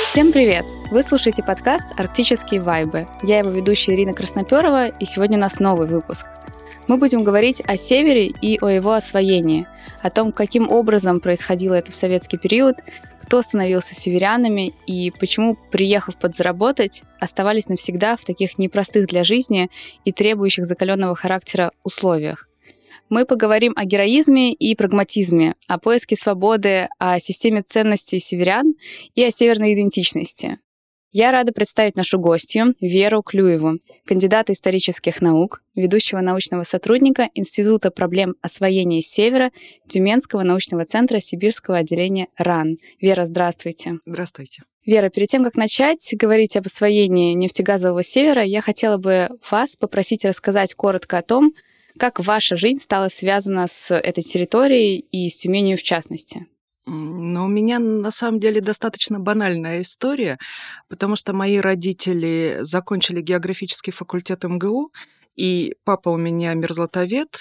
Всем привет! Вы слушаете подкаст «Арктические вайбы». Я его ведущая Ирина Красноперова, и сегодня у нас новый выпуск. Мы будем говорить о Севере и о его освоении, о том, каким образом происходило это в советский период, кто становился северянами и почему, приехав подзаработать, оставались навсегда в таких непростых для жизни и требующих закаленного характера условиях. Мы поговорим о героизме и прагматизме, о поиске свободы, о системе ценностей северян и о северной идентичности. Я рада представить нашу гостью Веру Клюеву, кандидата исторических наук, ведущего научного сотрудника Института проблем освоения Севера Тюменского научного центра Сибирского отделения РАН. Вера, здравствуйте. Здравствуйте. Вера, перед тем, как начать говорить об освоении нефтегазового Севера, я хотела бы вас попросить рассказать коротко о том, как ваша жизнь стала связана с этой территорией и с Тюменью в частности. Но у меня на самом деле достаточно банальная история, потому что мои родители закончили географический факультет МГУ, и папа у меня мерзлотовед,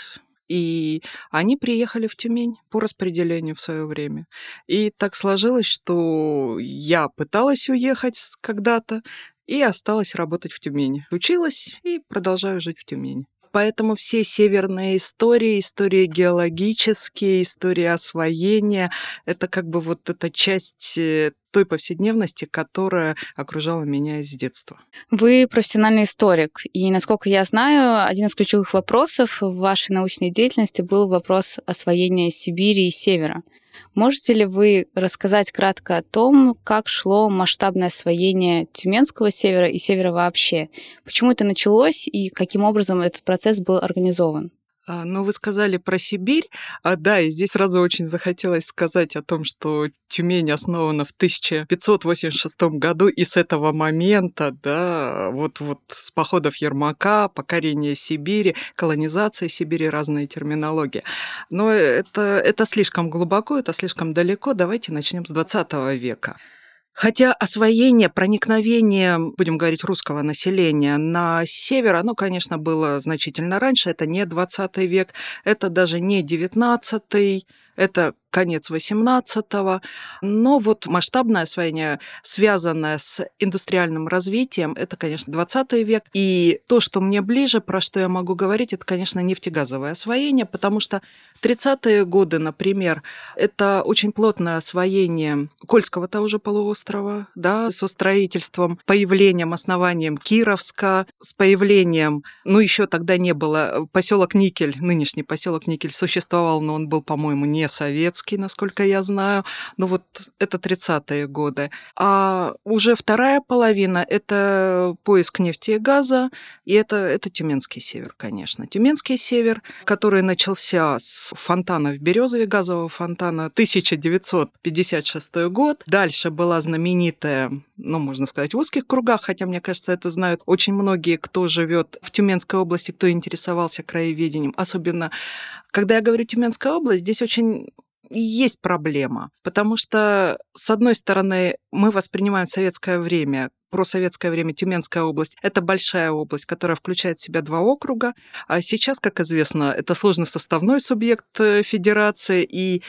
и они приехали в Тюмень по распределению в свое время. И так сложилось, что я пыталась уехать когда-то и осталась работать в Тюмени. Училась и продолжаю жить в Тюмени. Поэтому все северные истории геологические, истории освоения, это как бы вот эта часть той повседневности, которая окружала меня с детства. Вы профессиональный историк, и, насколько я знаю, один из ключевых вопросов в вашей научной деятельности был вопрос освоения Сибири и Севера. Можете ли вы рассказать кратко о том, как шло масштабное освоение Тюменского Севера и Севера вообще? Почему это началось и каким образом этот процесс был организован? Ну, вы сказали про Сибирь. Да, и здесь сразу очень захотелось сказать о том, что Тюмень основана в 1586 году, и с этого момента, да, вот с походов Ермака, покорения Сибири, колонизация Сибири, разные терминологии. Но это слишком глубоко, это слишком далеко. Давайте начнем с 20 века. Хотя освоение, проникновение, будем говорить, русского населения на север, оно, конечно, было значительно раньше. Это не 20 век, это даже не 19, это конец 18-го. Но вот масштабное освоение, связанное с индустриальным развитием, это, конечно, 20 век. И то, что мне ближе, про что я могу говорить, это, конечно, нефтегазовое освоение, потому что 30-е годы, например, это очень плотное освоение Кольского того же полуострова, да, со строительством, появлением, основанием Кировска, с появлением, еще тогда не было, поселок Никель, нынешний поселок Никель существовал, но он был, по-моему, не советский, насколько я знаю. Вот это 30-е годы. А уже вторая половина – это поиск нефти и газа, и это Тюменский север, конечно. Тюменский север, который начался с фонтана в Березове, газового фонтана, 1956 год. Дальше была знаменитая, можно сказать, в узких кругах, хотя, мне кажется, это знают очень многие, кто живет в Тюменской области, кто интересовался краеведением. Особенно, когда я говорю Тюменская область, здесь очень есть проблема, потому что, с одной стороны, мы воспринимаем советское время, просоветское время Тюменская область – это большая область, которая включает в себя 2 округа, а сейчас, как известно, это сложносоставной субъект федерации, и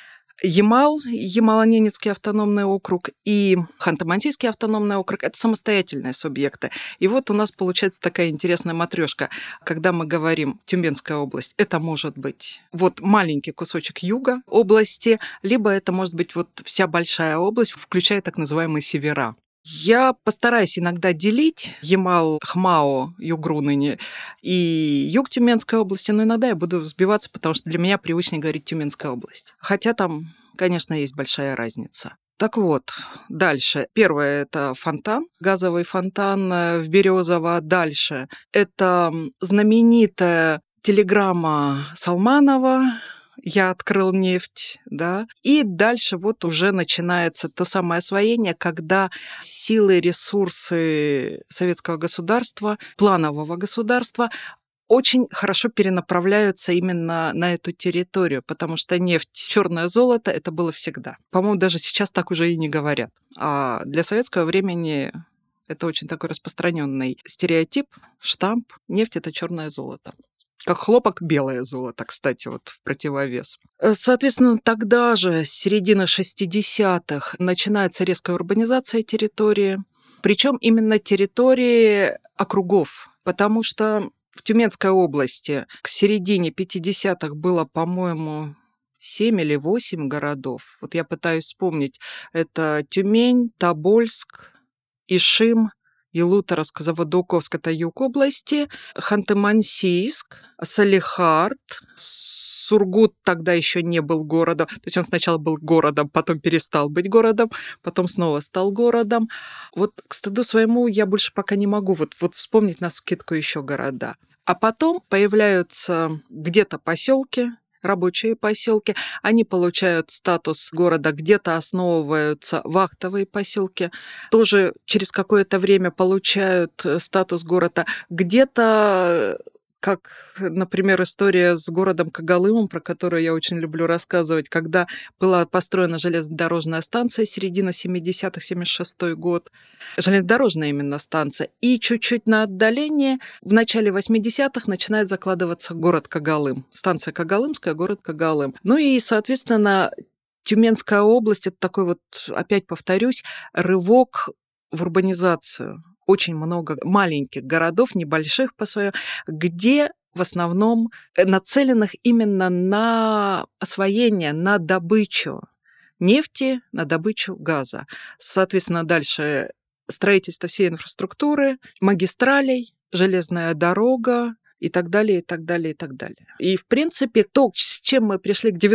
Ямало-Ненецкий автономный округ и Ханты-Мансийский автономный округ – это самостоятельные субъекты. И вот у нас получается такая интересная матрёшка. Когда мы говорим Тюменская область, это может быть маленький кусочек юга области, либо это может быть вся большая область, включая так называемые севера. Я постараюсь иногда делить Ямал-Хмао, Югру ныне, и юг Тюменской области, но иногда я буду сбиваться, потому что для меня привычнее говорить Тюменская область. Хотя там, конечно, есть большая разница. Так вот, дальше. Первое – это фонтан, газовый фонтан в Березово. Дальше – это знаменитая телеграмма Салманова «Я открыл нефть», да, и дальше уже начинается то самое освоение, когда силы, ресурсы советского государства, планового государства очень хорошо перенаправляются именно на эту территорию, потому что нефть, черное золото – это было всегда. По-моему, даже сейчас так уже и не говорят. А для советского времени это очень такой распространенный стереотип, штамп. Нефть – это черное золото. Как хлопок белое золото, кстати, вот в противовес. Соответственно, тогда же, с середины 60-х, начинается резкая урбанизация территории, причем именно территории округов, потому что в Тюменской области к середине 50-х было, по-моему, 7 или 8 городов. Вот я пытаюсь вспомнить. Это Тюмень, Тобольск, Ишим, Ялуторовск, Заводоуковск, это юг области, Ханты-Мансийск, Салехард, Сургут тогда еще не был городом. То есть он сначала был городом, потом перестал быть городом, потом снова стал городом. Вот к стыду своему я больше пока не могу вот вспомнить навскидку еще города. А потом появляются где-то поселки, рабочие поселки, они получают статус города, где-то основываются вахтовые поселки, тоже через какое-то время получают статус города, где-то, как, например, история с городом Когалымом, про которую я очень люблю рассказывать, когда была построена железнодорожная станция середина 70-х, 76-й год, железнодорожная именно станция, и чуть-чуть на отдалении в начале 80-х начинает закладываться город Когалым. Станция Когалымская, город Когалым. Ну и, соответственно, Тюменская область – это такой вот, опять повторюсь, рывок в урбанизацию. Очень много маленьких городов, небольших по своему, где в основном нацеленных именно на освоение, на добычу нефти, на добычу газа. Соответственно, дальше строительство всей инфраструктуры, магистралей, железная дорога и так далее, и так далее, и так далее. И, в принципе, то, с чем мы пришли к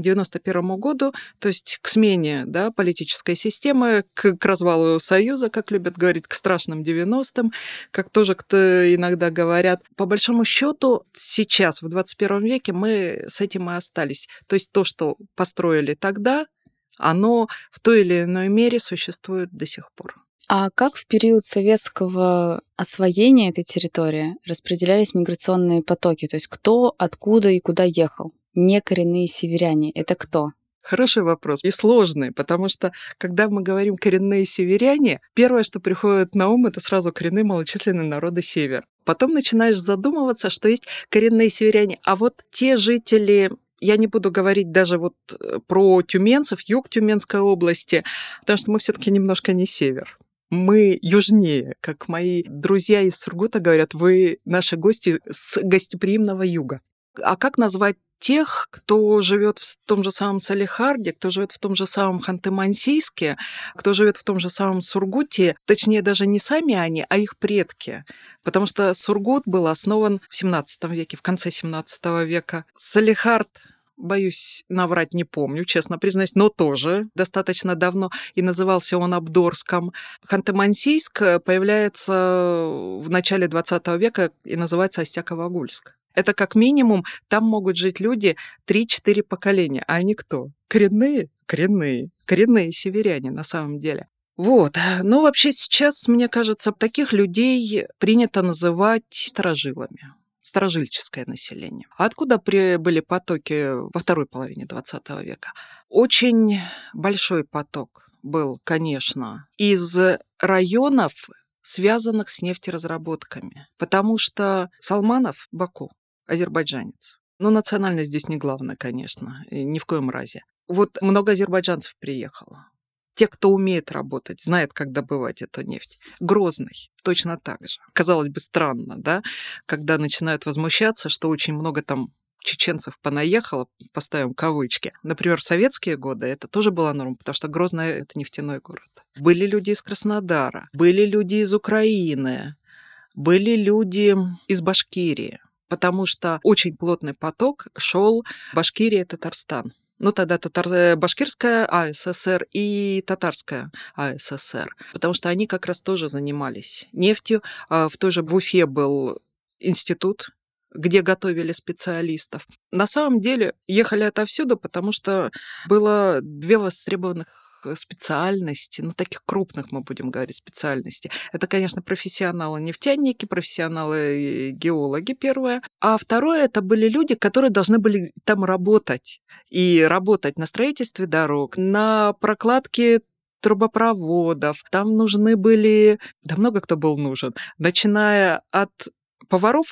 90-91 году, то есть к смене, да, политической системы, к развалу Союза, как любят говорить, к страшным 90-м, как тоже кто иногда говорят. По большому счету, сейчас, в 21 веке, мы с этим и остались. То есть то, что построили тогда, оно в той или иной мере существует до сих пор. А как в период советского освоения этой территории распределялись миграционные потоки? То есть кто, откуда и куда ехал? Некоренные северяне – это кто? Хороший вопрос и сложный, потому что, когда мы говорим «коренные северяне», первое, что приходит на ум, это сразу коренные малочисленные народы Севера. Потом начинаешь задумываться, что есть коренные северяне, а вот те жители... Я не буду говорить даже вот про тюменцев, юг Тюменской области, потому что мы все-таки немножко не север. Мы южнее, как мои друзья из Сургута говорят, вы наши гости с гостеприимного юга. А как назвать тех, кто живет в том же самом Салехарде, кто живет в том же самом Ханты-Мансийске, кто живет в том же самом Сургуте, точнее даже не сами они, а их предки. Потому что Сургут был основан в 17 веке, в конце 17 века. Салехард, боюсь наврать, не помню, честно признаюсь, но тоже достаточно давно, и назывался он Абдорском. Ханты-Мансийск появляется в начале 20 века и называется Остяково-Гульск. Это как минимум, там могут жить люди 3-4 поколения. А они кто? Коренные? Коренные северяне на самом деле. Вот. Но вообще сейчас, мне кажется, таких людей принято называть старожилами. Старожильческое население. А откуда прибыли потоки во второй половине 20 века? Очень большой поток был, конечно, из районов, связанных с нефтеразработками. Потому что Салманов, Баку, азербайджанец. Но национальность здесь не главное, конечно, ни в коем разе. Вот много азербайджанцев приехало. Те, кто умеет работать, знает, как добывать эту нефть. Грозный точно так же. Казалось бы, странно, да, когда начинают возмущаться, что очень много там чеченцев понаехало, поставим кавычки. Например, в советские годы это тоже была норма, потому что Грозный – это нефтяной город. Были люди из Краснодара, были люди из Украины, были люди из Башкирии, потому что очень плотный поток шел Башкирия и Татарстан. Ну, тогда Башкирская АССР и Татарская АССР, потому что они как раз тоже занимались нефтью. В той же в Уфе был институт, где готовили специалистов. На самом деле ехали отовсюду, потому что было две востребованных специальности, ну, таких крупных, мы будем говорить, специальностей. Это, конечно, профессионалы-нефтяники, профессионалы-геологи, первое. А второе, это были люди, которые должны были там работать. И работать на строительстве дорог, на прокладке трубопроводов. Там нужны были... Да много кто был нужен. Начиная от поваров,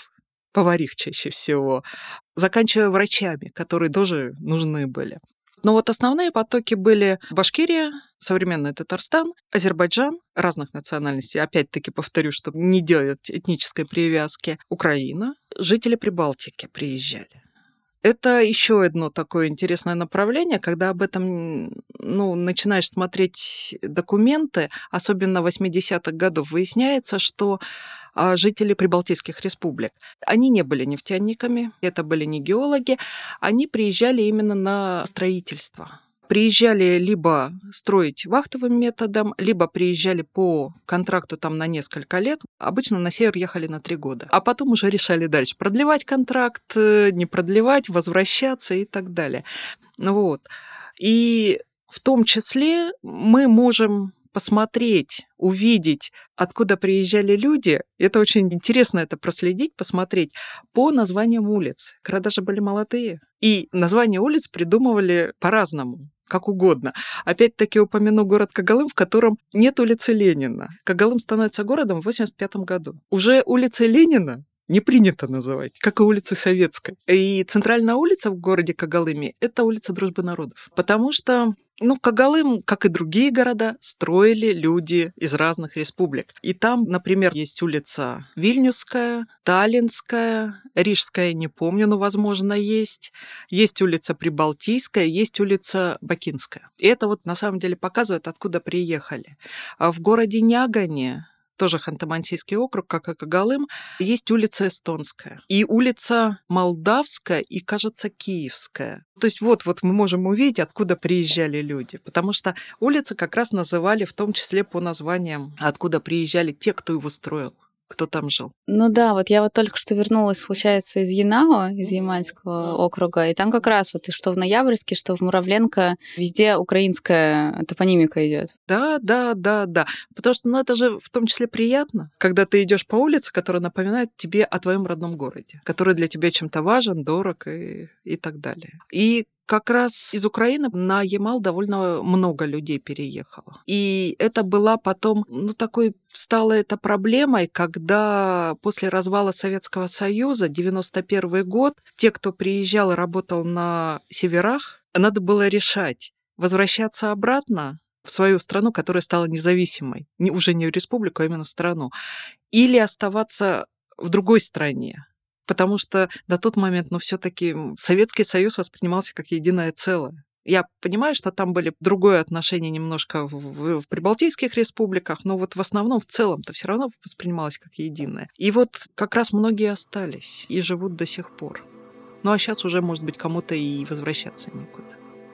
поварих чаще всего, заканчивая врачами, которые тоже нужны были. Но вот основные потоки были Башкирия, современный Татарстан, Азербайджан разных национальностей, опять-таки повторю, чтобы не делать этнической привязки, Украина, жители Прибалтики приезжали. Это еще одно такое интересное направление, когда об этом начинаешь смотреть документы, особенно 80-х годов, выясняется, что жители прибалтийских республик, они не были нефтяниками, это были не геологи, они приезжали именно на строительство. Приезжали либо строить вахтовым методом, либо приезжали по контракту там на несколько лет. Обычно на север ехали на 3 года. А потом уже решали дальше, продлевать контракт, не продлевать, возвращаться и так далее. Вот. И в том числе мы можем посмотреть, увидеть, откуда приезжали люди. Это очень интересно это проследить, посмотреть по названиям улиц. Города же были молодые. И названия улиц придумывали по-разному, как угодно. Опять-таки упомяну город Когалым, в котором нет улицы Ленина. Когалым становится городом в 1985 году. Уже улицей Ленина не принято называть, как и улицы Советской. И центральная улица в городе Когалыме – это улица Дружбы народов. Потому что Когалым, как и другие города, строили люди из разных республик. И там, например, есть улица Вильнюсская, Таллинская, Рижская, не помню, но, возможно, есть. Есть улица Прибалтийская, есть улица Бакинская. И это вот на самом деле показывает, откуда приехали. А в городе Нягане, тоже Ханты-Мансийский округ, как и Когалым, есть улица Эстонская. И улица Молдавская и, кажется, Киевская. То есть вот мы можем увидеть, откуда приезжали люди. Потому что улицы как раз называли в том числе по названиям, откуда приезжали те, кто его строил, кто там жил. Ну да, вот я вот только что вернулась, получается, из Янао, из Ямальского округа, и там как раз вот и что в Ноябрьске, что в Муравленко, везде украинская топонимика идет. Да. Потому что это же в том числе приятно, когда ты идешь по улице, которая напоминает тебе о твоем родном городе, который для тебя чем-то важен, дорог и так далее. И как раз из Украины на Ямал довольно много людей переехало. И это была потом, стала это проблемой, когда после развала Советского Союза, 91 год, те, кто приезжал и работал на северах, надо было решать, возвращаться обратно в свою страну, которая стала независимой, уже не в республику, а именно в страну, или оставаться в другой стране. Потому что на тот момент, все-таки Советский Союз воспринимался как единое целое. Я понимаю, что там были другое отношение немножко в прибалтийских республиках, но вот в основном, в целом-то все равно воспринималось как единое. И вот как раз многие остались и живут до сих пор. А сейчас уже, может быть, кому-то и возвращаться некуда.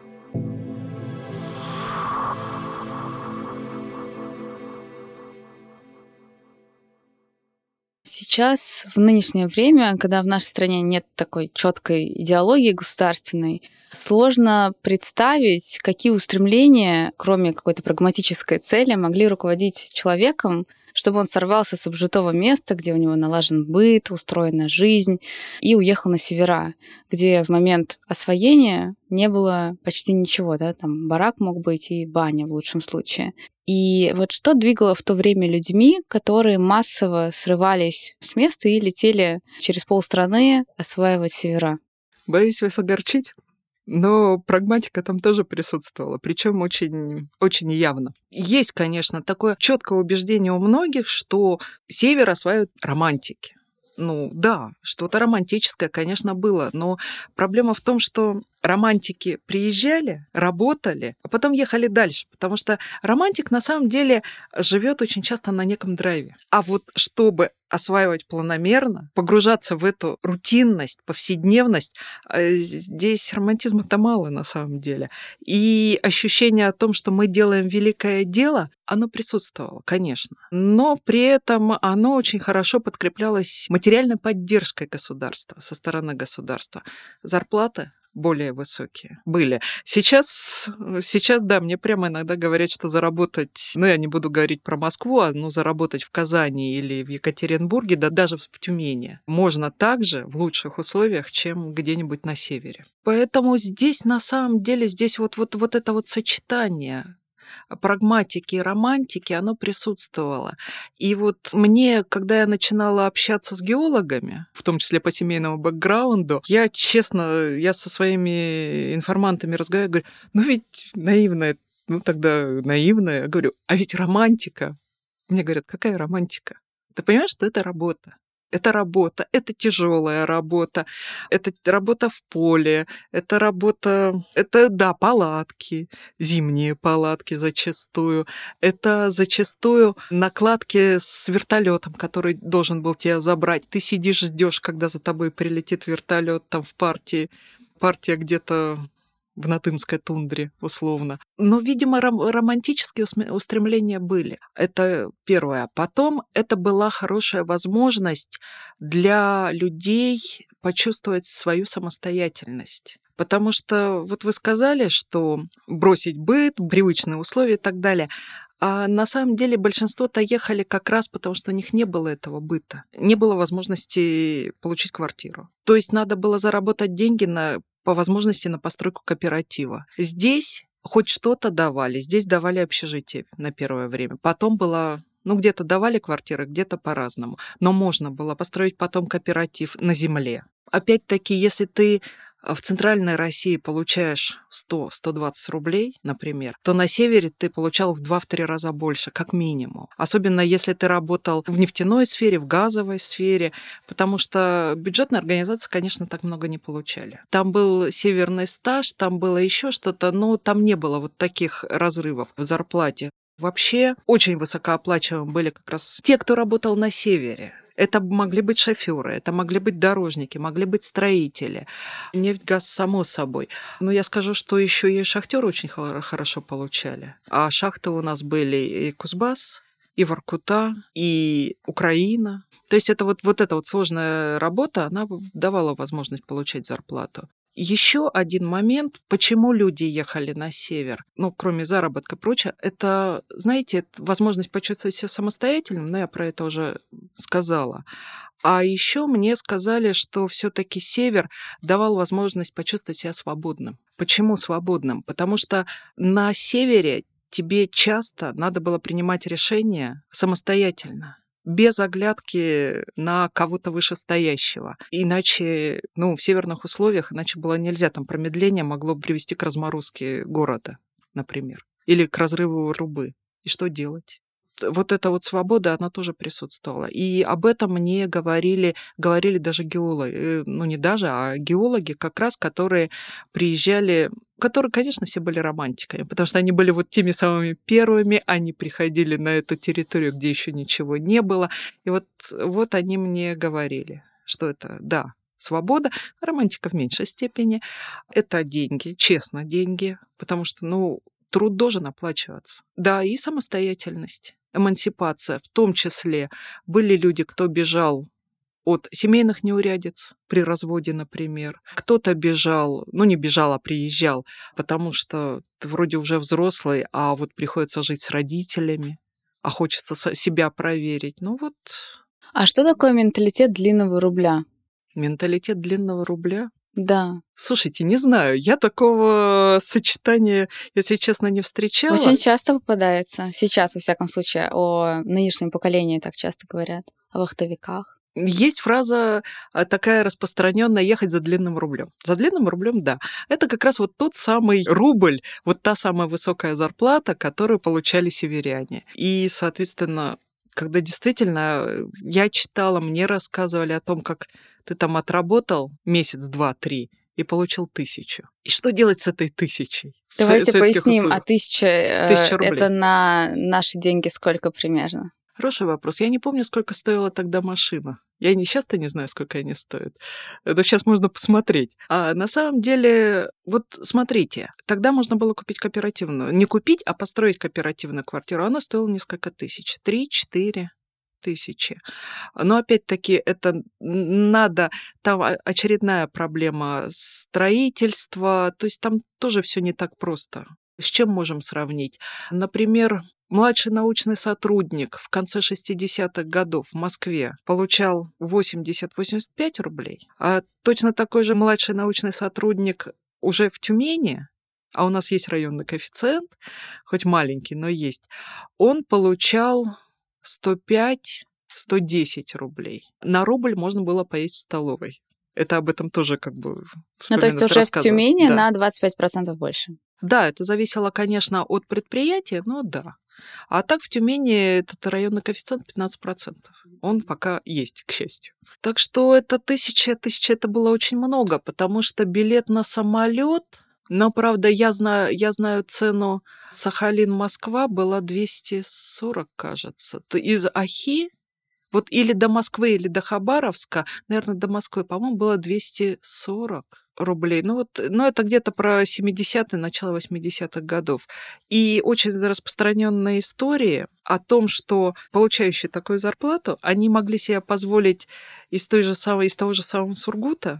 Сейчас, в нынешнее время, когда в нашей стране нет такой четкой идеологии государственной, сложно представить, какие устремления, кроме какой-то прагматической цели, могли руководить человеком, чтобы он сорвался с обжитого места, где у него налажен быт, устроена жизнь, и уехал на севера, где в момент освоения не было почти ничего, да, там барак мог быть и баня в лучшем случае. И вот что двигало в то время людьми, которые массово срывались с места и летели через полстраны осваивать севера? Боюсь вас огорчить, но прагматика там тоже присутствовала, причем очень, очень явно. Есть, конечно, такое четкое убеждение у многих, что север осваивают романтики. Да, что-то романтическое, конечно, было, но проблема в том, что романтики приезжали, работали, а потом ехали дальше, потому что романтик на самом деле живет очень часто на неком драйве. А вот чтобы осваивать планомерно, погружаться в эту рутинность, повседневность, здесь романтизма-то мало на самом деле. И ощущение о том, что мы делаем великое дело, оно присутствовало, конечно. Но при этом оно очень хорошо подкреплялось материальной поддержкой государства, со стороны государства. Зарплаты более высокие были. Сейчас, да, мне прямо иногда говорят, что заработать, я не буду говорить про Москву, заработать в Казани или в Екатеринбурге, да даже в Тюмени, можно также в лучших условиях, чем где-нибудь на севере. Поэтому здесь, на самом деле, вот это вот сочетание прагматики и романтики, оно присутствовало. И вот мне, когда я начинала общаться с геологами, в том числе по семейному бэкграунду, я, честно, я со своими информантами разговариваю, говорю, ну ведь наивная, ну тогда наивная, я говорю, а ведь романтика. Мне говорят, какая романтика? Ты понимаешь, что это работа? Это работа, это тяжелая работа, это работа в поле, это работа, это, да, палатки, зимние палатки зачастую, это зачастую накладки с вертолетом, который должен был тебя забрать. Ты сидишь, ждешь, когда за тобой прилетит вертолет там в партия где-то в Натымской тундре, условно. Но, видимо, романтические устремления были. Это первое. Потом это была хорошая возможность для людей почувствовать свою самостоятельность. Потому что вот вы сказали, что бросить быт, привычные условия и так далее. А на самом деле большинство-то ехали как раз потому, что у них не было этого быта. Не было возможности получить квартиру. То есть надо было заработать деньги по возможности на постройку кооператива. Здесь хоть что-то давали. Здесь давали общежитие на первое время. Потом было, где-то давали квартиры, где-то по-разному. Но можно было построить потом кооператив на земле. Опять-таки, если ты в центральной России получаешь 100-120 рублей, например, то на севере ты получал в 2-3 раза больше, как минимум. Особенно если ты работал в нефтяной сфере, в газовой сфере, потому что бюджетные организации, конечно, так много не получали. Там был северный стаж, там было еще что-то, но там не было вот таких разрывов в зарплате. Вообще очень высокооплачиваемы были как раз те, кто работал на севере. Это могли быть шофёры, это могли быть дорожники, могли быть строители. Нефть, газ, само собой. Но я скажу, что еще и шахтеры очень хорошо получали. А шахты у нас были и Кузбасс, и Воркута, и Украина. То есть это вот эта вот сложная работа, она давала возможность получать зарплату. Еще один момент, почему люди ехали на север, кроме заработка и прочее, это, знаете, возможность почувствовать себя самостоятельным, но я про это уже сказала. А еще мне сказали, что все-таки север давал возможность почувствовать себя свободным. Почему свободным? Потому что на севере тебе часто надо было принимать решения самостоятельно, без оглядки на кого-то вышестоящего. Иначе, в северных условиях, иначе было нельзя. Там промедление могло бы привести к разморозке города, например, или к разрыву трубы. И что делать? Вот эта вот свобода, она тоже присутствовала. И об этом мне говорили даже геологи. Не даже, а геологи как раз, которые приезжали, которые, конечно, все были романтиками, потому что они были вот теми самыми первыми, они приходили на эту территорию, где еще ничего не было. И вот они мне говорили, что это, да, свобода, романтика в меньшей степени. Это деньги, честно, деньги, потому что, труд должен оплачиваться. Да, и самостоятельность. Эмансипация, в том числе были люди, кто бежал от семейных неурядиц при разводе, например. Кто-то бежал, не бежал, а приезжал, потому что ты вроде уже взрослый, а вот приходится жить с родителями, а хочется себя проверить. А что такое менталитет длинного рубля? Менталитет длинного рубля? Да. Слушайте, не знаю, я такого сочетания, если честно, не встречала. Очень часто попадается. Сейчас, во всяком случае, о нынешнем поколении так часто говорят. О вахтовиках. Есть фраза такая распространенная: ехать за длинным рублем. За длинным рублем, да. Это как раз вот тот самый рубль, вот та самая высокая зарплата, которую получали северяне. И, соответственно, когда действительно я читала, мне рассказывали о том, как ты там отработал месяц, 2, 3 и получил 1000. И что делать с этой 1000? Давайте поясним, условиях? 1000 рублей. это на наши деньги сколько примерно? Хороший вопрос. Я не помню, сколько стоила тогда машина. Я сейчас-то не знаю, сколько они стоят. Это сейчас можно посмотреть. А на самом деле, вот смотрите, тогда можно было купить кооперативную. Не купить, а построить кооперативную квартиру. Она стоила несколько тысяч. 3-4 тысячи. Но опять-таки это надо, там очередная проблема строительства, то есть там тоже все не так просто. С чем можем сравнить? Например, младший научный сотрудник в конце 60-х годов в Москве получал 80-85 рублей, а точно такой же младший научный сотрудник уже в Тюмени а у нас есть районный коэффициент, хоть маленький, но есть, он получал 105-110 рублей. На рубль можно было поесть в столовой. Это об этом тоже как бы Ну, то есть вспоминать, уже в рассказывать. Тюмени Да. на 25% больше. Да, это зависело, конечно, от предприятия, но да. А так в Тюмени этот районный коэффициент 15%. Он пока есть, к счастью. Так что это тысяча это было очень много, потому что билет на самолет, но, правда, я знаю цену Сахалин-Москва была 240, кажется. Из Ахи, вот или до Москвы, или до Хабаровска, наверное, до Москвы, по-моему, было 240 рублей. Ну, это где-то про 70-е, начало 80-х годов. И очень распространенная история о том, что получающие такую зарплату, они могли себе позволить из того же самого Сургута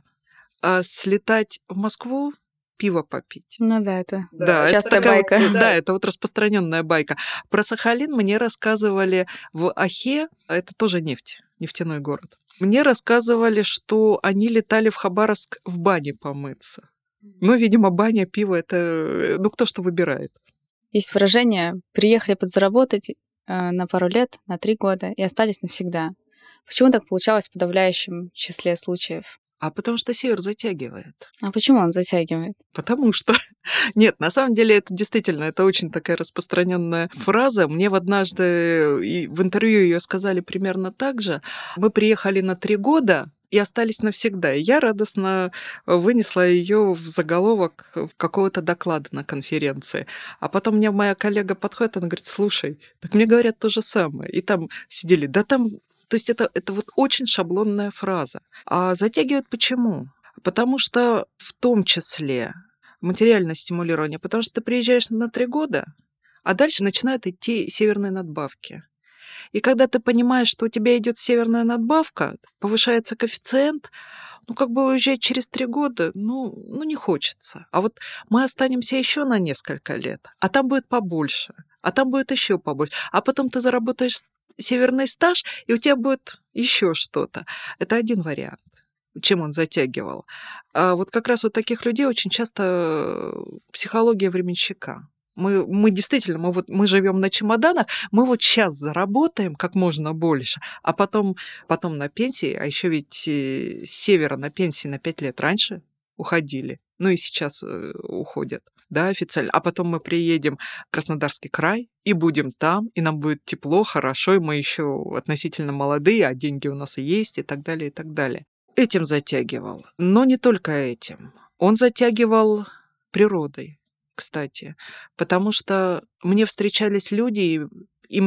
слетать в Москву, пиво попить. Ну да, это Да, частая это байка. Да, это вот распространенная байка. Про Сахалин мне рассказывали в Ахе, это тоже нефтяной город. Мне рассказывали, что они летали в Хабаровск в бане помыться. Ну, видимо, баня, пиво, это, кто что выбирает. Есть выражение «приехали подзаработать на пару лет, на 3 года и остались навсегда». Почему так получалось в подавляющем числе случаев? А потому что север затягивает. А почему он затягивает? Потому что... Нет, на самом деле это действительно, это очень такая распространенная фраза. Мне однажды в интервью ее сказали примерно так же. Мы приехали на 3 года и остались навсегда. И я радостно вынесла ее в заголовок какого-то доклада на конференции. А потом мне моя коллега подходит, она говорит: слушай, так мне говорят то же самое. И там сидели, да там... То есть это вот очень шаблонная фраза. А затягивает почему? Потому что в том числе материальное стимулирование, потому что ты приезжаешь на 3 года, а дальше начинают идти северные надбавки. И когда ты понимаешь, что у тебя идет северная надбавка, повышается коэффициент, уезжать через 3 года, не хочется. А вот мы останемся еще на несколько лет, а там будет побольше, а там будет еще побольше. А потом ты заработаешь северный стаж, и у тебя будет еще что-то. Это один вариант, чем он затягивал. А вот как раз у таких людей очень часто психология временщика. Мы действительно, мы живем на чемоданах, мы вот сейчас заработаем как можно больше, а потом на пенсии, а еще ведь с севера на пенсии на 5 лет раньше уходили, и сейчас уходят, да, официально. А потом мы приедем в Краснодарский край и будем там, и нам будет тепло, хорошо, и мы еще относительно молодые, а деньги у нас и есть, и так далее, и так далее. Этим затягивал. Но не только этим. Он затягивал природой, кстати, потому что мне встречались люди, и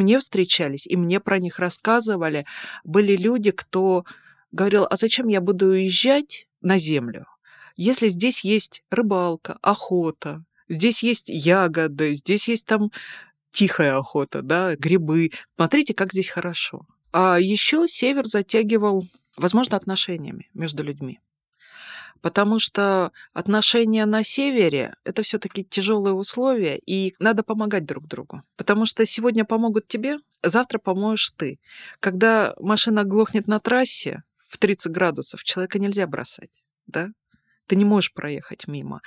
мне про них рассказывали. Были люди, кто говорил: а зачем я буду уезжать на землю, если здесь есть рыбалка, охота, здесь есть ягоды, здесь есть там тихая охота, да, грибы. Смотрите, как здесь хорошо. А еще север затягивал, возможно, отношениями между людьми. Потому что отношения на севере – это все-таки тяжелые условия, и надо помогать друг другу. Потому что сегодня помогут тебе, завтра поможешь ты. Когда машина глохнет на трассе в 30 градусов, человека нельзя бросать, да? Ты не можешь проехать мимо.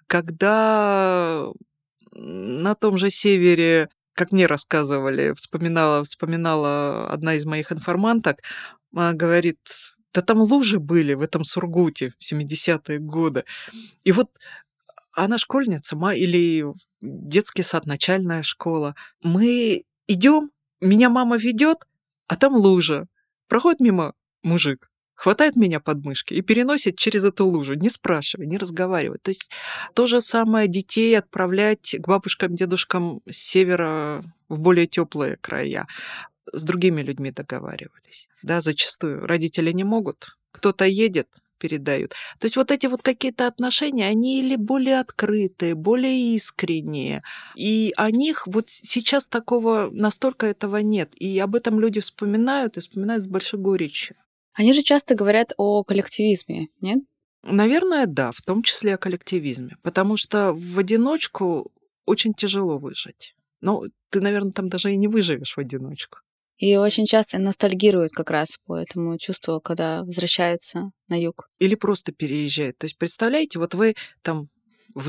Когда на том же севере, как мне рассказывали, вспоминала одна из моих информанток, она говорит: да там лужи были в этом Сургуте в 70-е годы. И вот она школьница, или детский сад, начальная школа. Мы идем, меня мама ведет, а там лужа. Проходит мимо мужик, хватает меня под мышки и переносит через эту лужу, не спрашивая, не разговаривая. То есть то же самое детей отправлять к бабушкам, дедушкам с севера в более теплые края. С другими людьми договаривались. Да, зачастую родители не могут. Кто-то едет, передают. То есть вот эти вот какие-то отношения, они или более открытые, более искренние. И о них вот сейчас настолько этого нет. И об этом люди вспоминают, и вспоминают с большой горечью. Они же часто говорят о коллективизме, нет? Наверное, да, в том числе о коллективизме. Потому что в одиночку очень тяжело выжить. Но ты, наверное, там даже и не выживешь в одиночку. И очень часто ностальгируют как раз по этому чувству, когда возвращаются на юг. Или просто переезжают. То есть, представляете, вот вы там в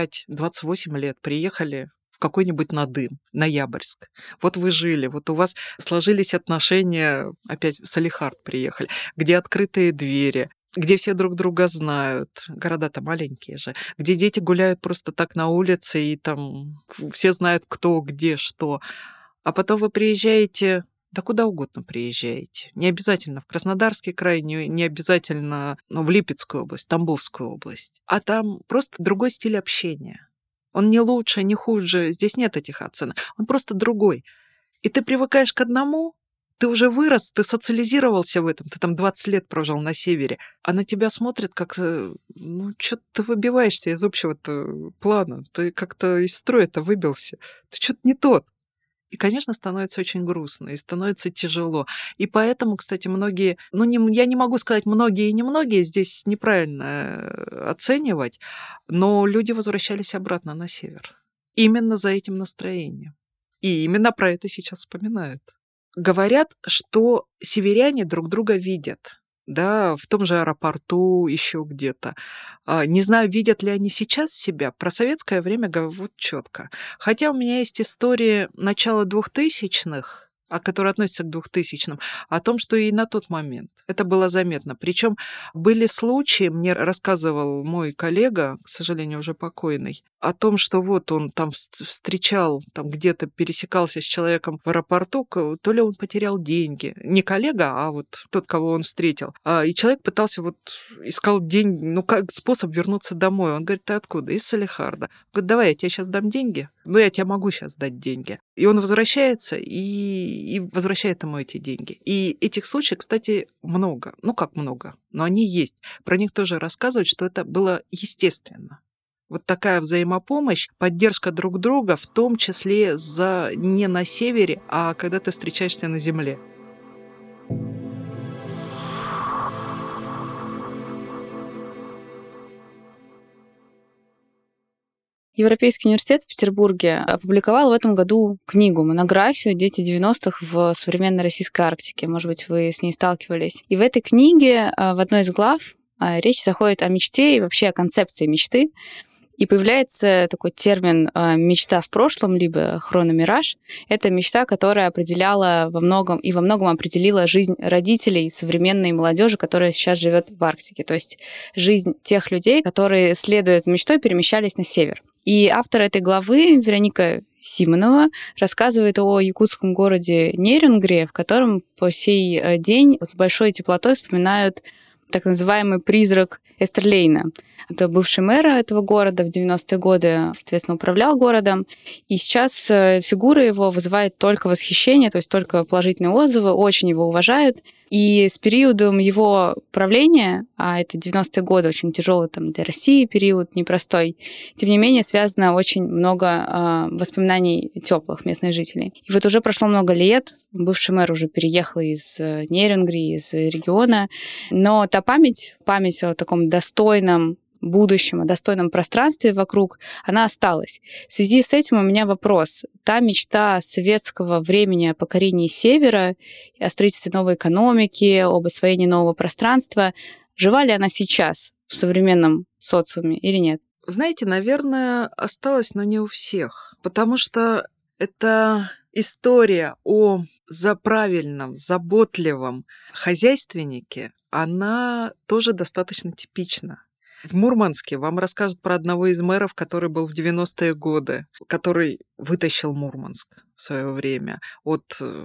25-28 лет приехали в какой-нибудь Надым, Ноябрьск. Вот вы жили, вот у вас сложились отношения, опять в Салехард приехали, где открытые двери, где все друг друга знают, города-то маленькие же, где дети гуляют просто так на улице, и там все знают, кто, где, что. А потом вы приезжаете, да куда угодно приезжаете. Не обязательно в Краснодарский край, не обязательно в Липецкую область, Тамбовскую область. А там просто другой стиль общения. Он не лучше, не хуже, здесь нет этих оценок. Он просто другой. И ты привыкаешь к одному, ты уже вырос, ты социализировался в этом, ты там 20 лет прожил на севере, а на тебя смотрят как, что-то ты выбиваешься из общего-то плана, ты как-то из строя-то выбился, ты что-то не тот. И, конечно, становится очень грустно, и становится тяжело. И поэтому, кстати, многие, я не могу сказать многие и немногие, здесь неправильно оценивать, но люди возвращались обратно на север. Именно за этим настроением. И именно про это сейчас вспоминают. Говорят, что северяне друг друга видят. Да, в том же аэропорту, еще где-то. Не знаю, видят ли они сейчас себя. Про советское время говорят четко. Хотя у меня есть истории начала 2000-х, которые относятся к 2000-м, о том, что и на тот момент это было заметно. Причем были случаи, мне рассказывал мой коллега, к сожалению, уже покойный, о том, что вот он там встречал, там где-то пересекался с человеком в аэропорту, то ли он потерял деньги. Не коллега, а вот тот, кого он встретил. И человек пытался искал деньги, как способ вернуться домой. Он говорит, ты откуда? Из Салехарда. Говорит, давай, я тебе сейчас дам деньги. Я тебе могу сейчас дать деньги. И он возвращается и возвращает ему эти деньги. И этих случаев, кстати, много. Как много? Но они есть. Про них тоже рассказывают, что это было естественно. Вот такая взаимопомощь, поддержка друг друга, в том числе не на севере, а когда ты встречаешься на земле. Европейский университет в Петербурге опубликовал в этом году книгу, монографию «Дети 90-х в современной российской Арктике». Может быть, вы с ней сталкивались. И в этой книге в одной из глав речь заходит о мечте и вообще о концепции мечты. И появляется такой термин «мечта в прошлом», либо хрономираж. Это мечта, которая определяла во многом определила жизнь родителей современной молодежи, которая сейчас живет в Арктике. То есть жизнь тех людей, которые, следуя за мечтой, перемещались на север. И автор этой главы, Вероника Симонова, рассказывает о якутском городе Нерюнгри, в котором по сей день с большой теплотой вспоминают так называемый призрак Эстерлейна. Это бывший мэр этого города, в 90-е годы, соответственно, управлял городом. И сейчас фигура его вызывает только восхищение, то есть только положительные отзывы, очень его уважают. И с периодом его правления, а это 90-е годы, очень тяжелый для России период, непростой, тем не менее связано очень много воспоминаний теплых местных жителей. И вот уже прошло много лет, бывший мэр уже переехал из Нерюнгри, из региона, но та память о таком достойном будущем, о достойном пространстве вокруг, она осталась. В связи с этим у меня вопрос. Та мечта советского времени о покорении Севера, о строительстве новой экономики, об освоении нового пространства, жива ли она сейчас в современном социуме или нет? Знаете, наверное, осталась, но не у всех. Потому что это история о правильном, заботливом хозяйственнике, она тоже достаточно типична. В Мурманске вам расскажут про одного из мэров, который был в 90-е годы, который вытащил Мурманск в свое время от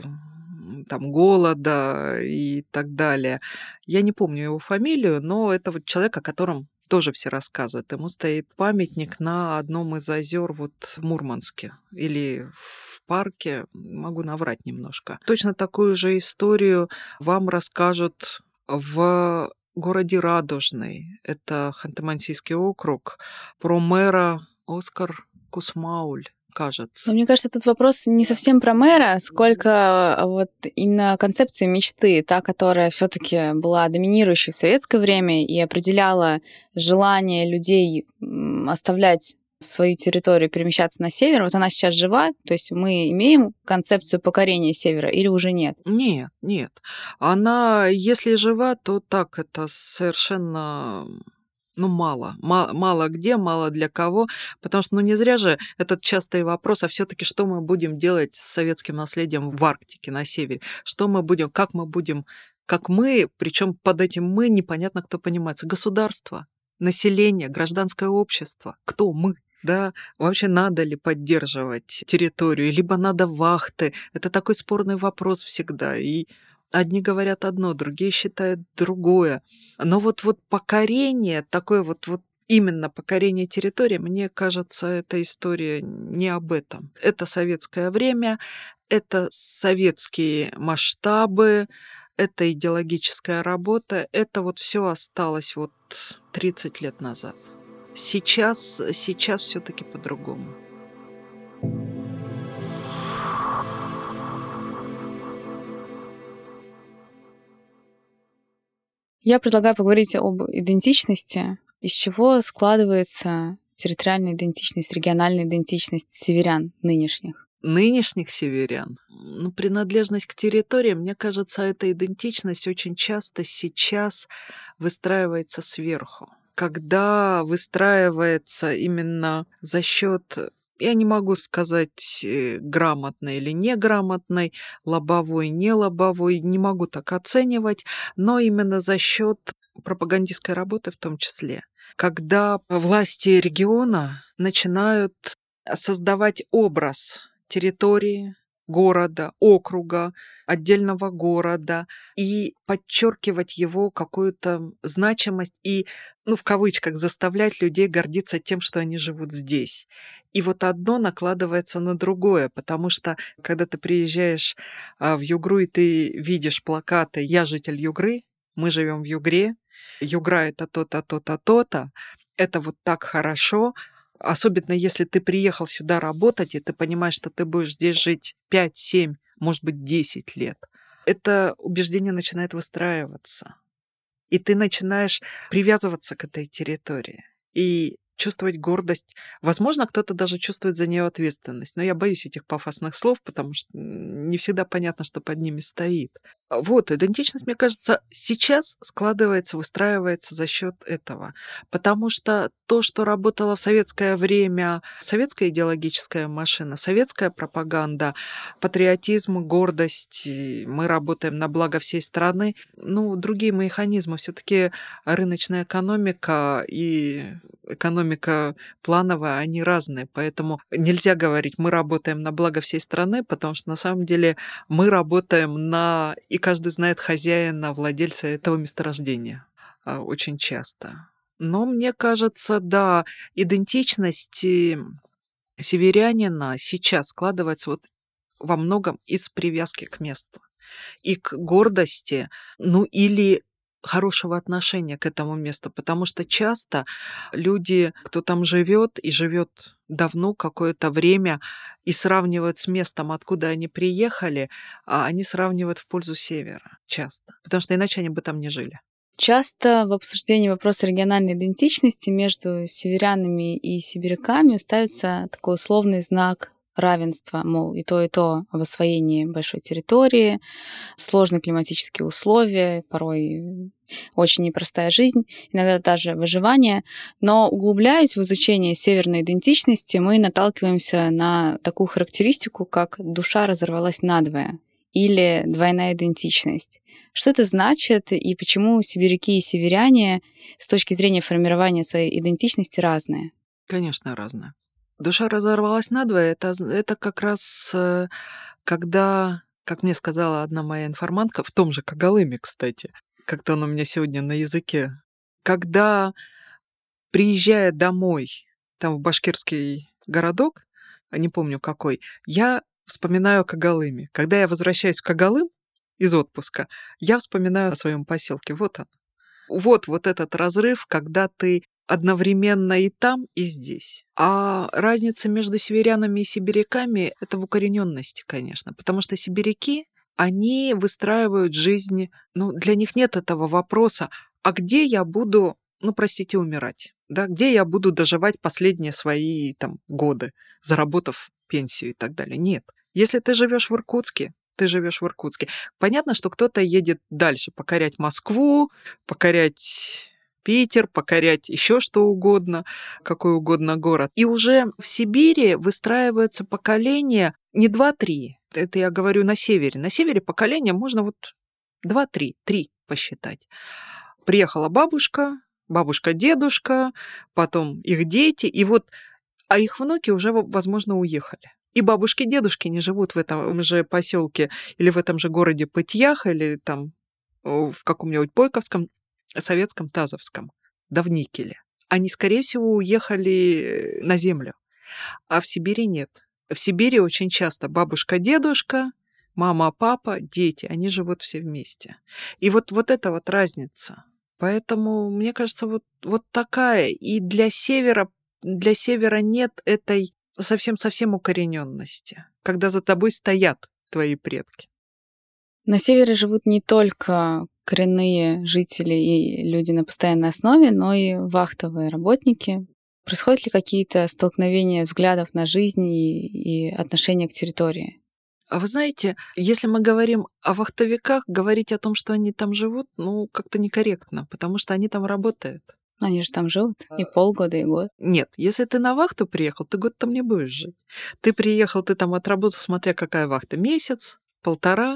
голода и так далее. Я не помню его фамилию, но это человек, о котором тоже все рассказывают. Ему стоит памятник на одном из озер в Мурманске или в парке, могу наврать немножко. Точно такую же историю вам расскажут в городе Радужный, это Ханты-Мансийский округ, про мэра Оскар Кусмауль, кажется. Но мне кажется, тут вопрос не совсем про мэра, сколько именно концепции мечты, та, которая все-таки была доминирующей в советское время и определяла желание людей оставлять свою территорию, перемещаться на север, она сейчас жива? То есть мы имеем концепцию покорения севера или уже нет? Нет. Она, если жива, то так, это совершенно мало где, мало для кого, потому что, не зря же этот частый вопрос, а все-таки что мы будем делать с советским наследием в Арктике, на севере? Что мы будем, как мы, причем под этим мы непонятно кто понимается, государство, население, гражданское общество, кто мы? Да, вообще надо ли поддерживать территорию, либо надо вахты? Это такой спорный вопрос всегда, и одни говорят одно, другие считают другое. Но вот покорение, такое именно покорение территории, мне кажется, эта история не об этом. Это советское время, это советские масштабы, это идеологическая работа, это все осталось 30 лет назад. Сейчас все-таки по-другому. Я предлагаю поговорить об идентичности, из чего складывается территориальная идентичность, региональная идентичность северян нынешних. Нынешних северян? Принадлежность к территории, мне кажется, эта идентичность очень часто сейчас выстраивается сверху. Когда выстраивается именно за счет, я не могу сказать грамотной или неграмотной, лобовой, не лобовой, не могу так оценивать, но именно за счет пропагандистской работы в том числе. Когда власти региона начинают создавать образ территории, города, округа, отдельного города и подчеркивать его какую-то значимость и, в кавычках, заставлять людей гордиться тем, что они живут здесь. И одно накладывается на другое, потому что, когда ты приезжаешь в Югру и ты видишь плакаты «Я житель Югры», «Мы живем в Югре», «Югра — это то-то, то-то, то-то», это так хорошо. Особенно если ты приехал сюда работать, и ты понимаешь, что ты будешь здесь жить 5, 7, может быть, 10 лет. Это убеждение начинает выстраиваться. И ты начинаешь привязываться к этой территории. И чувствовать гордость. Возможно, кто-то даже чувствует за нее ответственность. Но я боюсь этих пафосных слов, потому что не всегда понятно, что под ними стоит. Идентичность, мне кажется, сейчас складывается, выстраивается за счет этого. Потому что то, что работало в советское время, советская идеологическая машина, советская пропаганда, патриотизм, гордость, мы работаем на благо всей страны, другие механизмы. Все-таки рыночная экономика и экономика плановая, они разные. Поэтому нельзя говорить, мы работаем на благо всей страны, потому что на самом деле мы работаем и каждый знает хозяина, владельца этого месторождения очень часто. Но мне кажется, да, идентичность северянина сейчас складывается во многом из привязки к месту и к гордости, или хорошего отношения к этому месту, потому что часто люди, кто там живет и живет давно, какое-то время, и сравнивают с местом, откуда они приехали, а они сравнивают в пользу севера часто, потому что иначе они бы там не жили. Часто в обсуждении вопроса региональной идентичности между северянами и сибиряками ставится такой условный знак равенства, мол, и то об освоении большой территории, сложные климатические условия, порой очень непростая жизнь, иногда даже выживание. Но углубляясь в изучение северной идентичности, мы наталкиваемся на такую характеристику, как «душа разорвалась надвое» или «двойная идентичность». Что это значит и почему сибиряки и северяне с точки зрения формирования своей идентичности разные? Конечно, разные. Душа разорвалась надвое, это как раз когда, как мне сказала одна моя информантка, в том же Когалыме, кстати, как-то он у меня сегодня на языке, когда, приезжая домой, там в башкирский городок, не помню какой, я вспоминаю о Когалыме. Когда я возвращаюсь в Когалым из отпуска, я вспоминаю о своем поселке. Вот он. Вот этот разрыв, когда ты одновременно и там, и здесь. А разница между северянами и сибиряками — это в укорененности, конечно, потому что сибиряки, они выстраивают жизнь, для них нет этого вопроса, а где я буду, простите, умирать, да, где я буду доживать последние свои годы, заработав пенсию и так далее. Нет. Если ты живешь в Иркутске, ты живешь в Иркутске. Понятно, что кто-то едет дальше покорять Москву, покорять Питер, покорять еще что угодно, какой угодно город. И уже в Сибири выстраивается поколение не два-три. Это я говорю на севере. На севере поколение можно вот два-три, три посчитать. Приехала бабушка, бабушка-дедушка, потом их дети, и вот, а их внуки уже, возможно, уехали. И бабушки, дедушки не живут в этом же поселке или в этом же городе Пытьях, или там в каком-нибудь Бойковском, Советском, Тазовском, да в Никеле. Они, скорее всего, уехали на землю. А в Сибири нет. В Сибири очень часто бабушка, дедушка, мама, папа, дети, они живут все вместе. И вот эта вот разница. Поэтому, мне кажется, вот такая. И для севера нет этой совсем-совсем укорененности, когда за тобой стоят твои предки. На севере живут не только коренные жители и люди на постоянной основе, но и вахтовые работники. Происходят ли какие-то столкновения взглядов на жизнь и отношения к территории? А вы знаете, если мы говорим о вахтовиках, говорить о том, что они там живут, как-то некорректно, потому что они там работают. Они же там живут и полгода, и год. Нет, если ты на вахту приехал, ты год там не будешь жить. Ты приехал, ты там отработал, смотря какая вахта, месяц, полтора,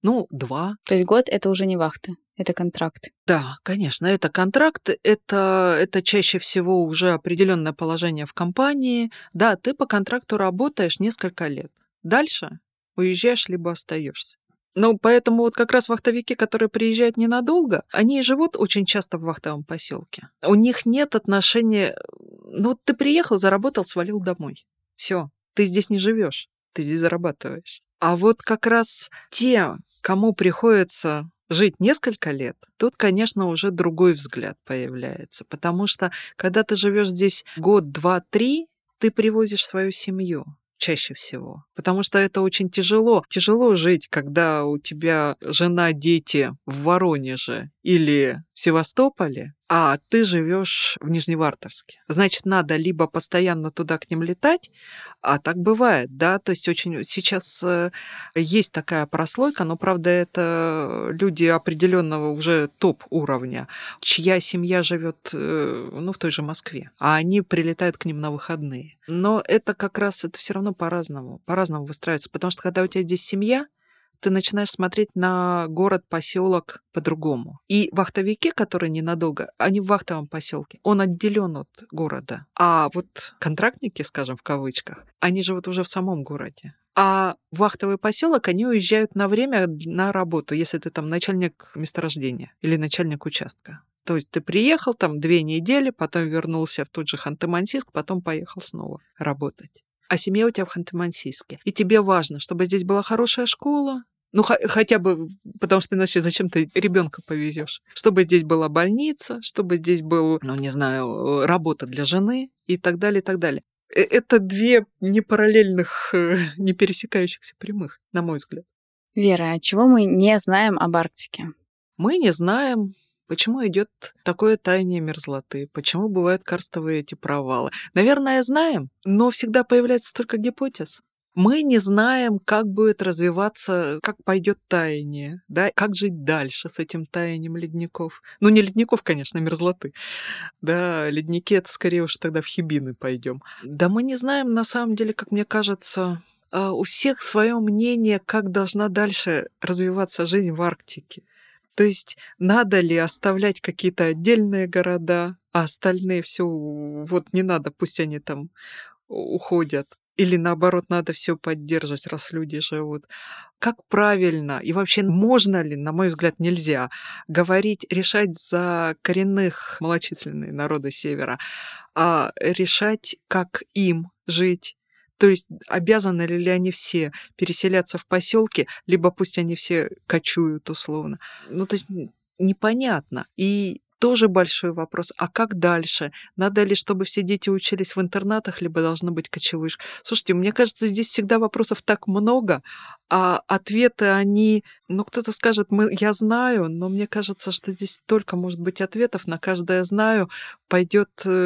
2. То есть год — это уже не вахта, это контракт. Да, конечно, это контракт, это чаще всего уже определенное положение в компании. Да, ты по контракту работаешь несколько лет. Дальше уезжаешь либо остаешься. Поэтому вот как раз вахтовики, которые приезжают ненадолго, они живут очень часто в вахтовом поселке. У них нет отношения. Ты приехал, заработал, свалил домой. Все, ты здесь не живешь, ты здесь зарабатываешь. А вот как раз те, кому приходится жить несколько лет, тут, конечно, уже другой взгляд появляется. Потому что, когда ты живешь здесь год, 2, 3, ты привозишь свою семью чаще всего. Потому что это очень тяжело. Тяжело жить, когда у тебя жена, дети в Воронеже или в Севастополе, а ты живешь в Нижневартовске. Значит, надо либо постоянно туда к ним летать, а так бывает, да, то есть очень сейчас есть такая прослойка, но, правда, это люди определенного уже топ-уровня, чья семья живет, в той же Москве, а они прилетают к ним на выходные. Но это как раз, это все равно по-разному выстраивается, потому что когда у тебя здесь семья, ты начинаешь смотреть на город, поселок по-другому. И вахтовики, которые ненадолго, они в вахтовом поселке, он отделен от города. А вот контрактники, скажем, в кавычках, они живут уже в самом городе. А в вахтовый поселок они уезжают на время на работу, если ты там начальник месторождения или начальник участка. То есть ты приехал там 2 недели, потом вернулся в тот же Ханты-Мансийск, потом поехал снова работать. А семья у тебя в Ханты-Мансийске. И тебе важно, чтобы здесь была хорошая школа, хотя бы, потому что иначе зачем ты ребенка повезешь? Чтобы здесь была больница, чтобы здесь был, работа для жены и так далее, и так далее. Это 2 непараллельных, не пересекающихся прямых, на мой взгляд. Вера, а чего мы не знаем об Арктике? Мы не знаем, почему идет такое таяние мерзлоты, почему бывают карстовые эти провалы. Наверное, знаем, но всегда появляется столько гипотез. Мы не знаем, как будет развиваться, как пойдет таяние, да, как жить дальше с этим таянием ледников. Не ледников, конечно, мерзлоты. Да, ледники — это скорее уж тогда в Хибины пойдем. Да мы не знаем, на самом деле, как мне кажется, у всех свое мнение, как должна дальше развиваться жизнь в Арктике. То есть надо ли оставлять какие-то отдельные города, а остальные все не надо, пусть они там уходят. Или наоборот, надо все поддерживать, раз люди живут. Как правильно и вообще можно ли, на мой взгляд, нельзя решать за коренных малочисленных народы Севера, а решать, как им жить. То есть обязаны ли они все переселяться в поселки, либо пусть они все кочуют условно. То есть непонятно. И тоже большой вопрос. А как дальше? Надо ли, чтобы все дети учились в интернатах, либо должны быть кочевые? Слушайте, мне кажется, здесь всегда вопросов так много, а ответы они... кто-то скажет, я знаю, но мне кажется, что здесь столько может быть ответов. На каждое «знаю» пойдет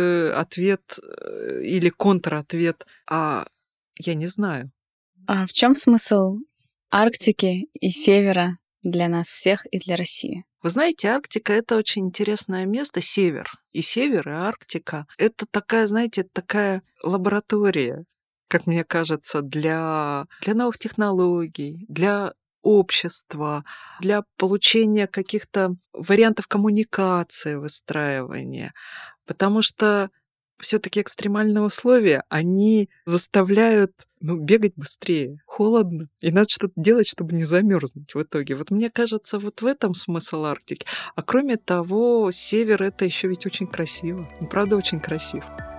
ответ или контратвет. А я не знаю. А в чем смысл Арктики и Севера для нас всех и для России? Вы знаете, Арктика — это очень интересное место, север. И север, и Арктика — это такая, знаете, такая лаборатория, как мне кажется, для новых технологий, для общества, для получения каких-то вариантов коммуникации, выстраивания. Потому что все-таки экстремальные условия, они заставляют бегать быстрее. Холодно. И надо что-то делать, чтобы не замерзнуть в итоге. Вот мне кажется, вот в этом смысл Арктики. А кроме того, север — это еще ведь очень красиво. Правда, очень красив.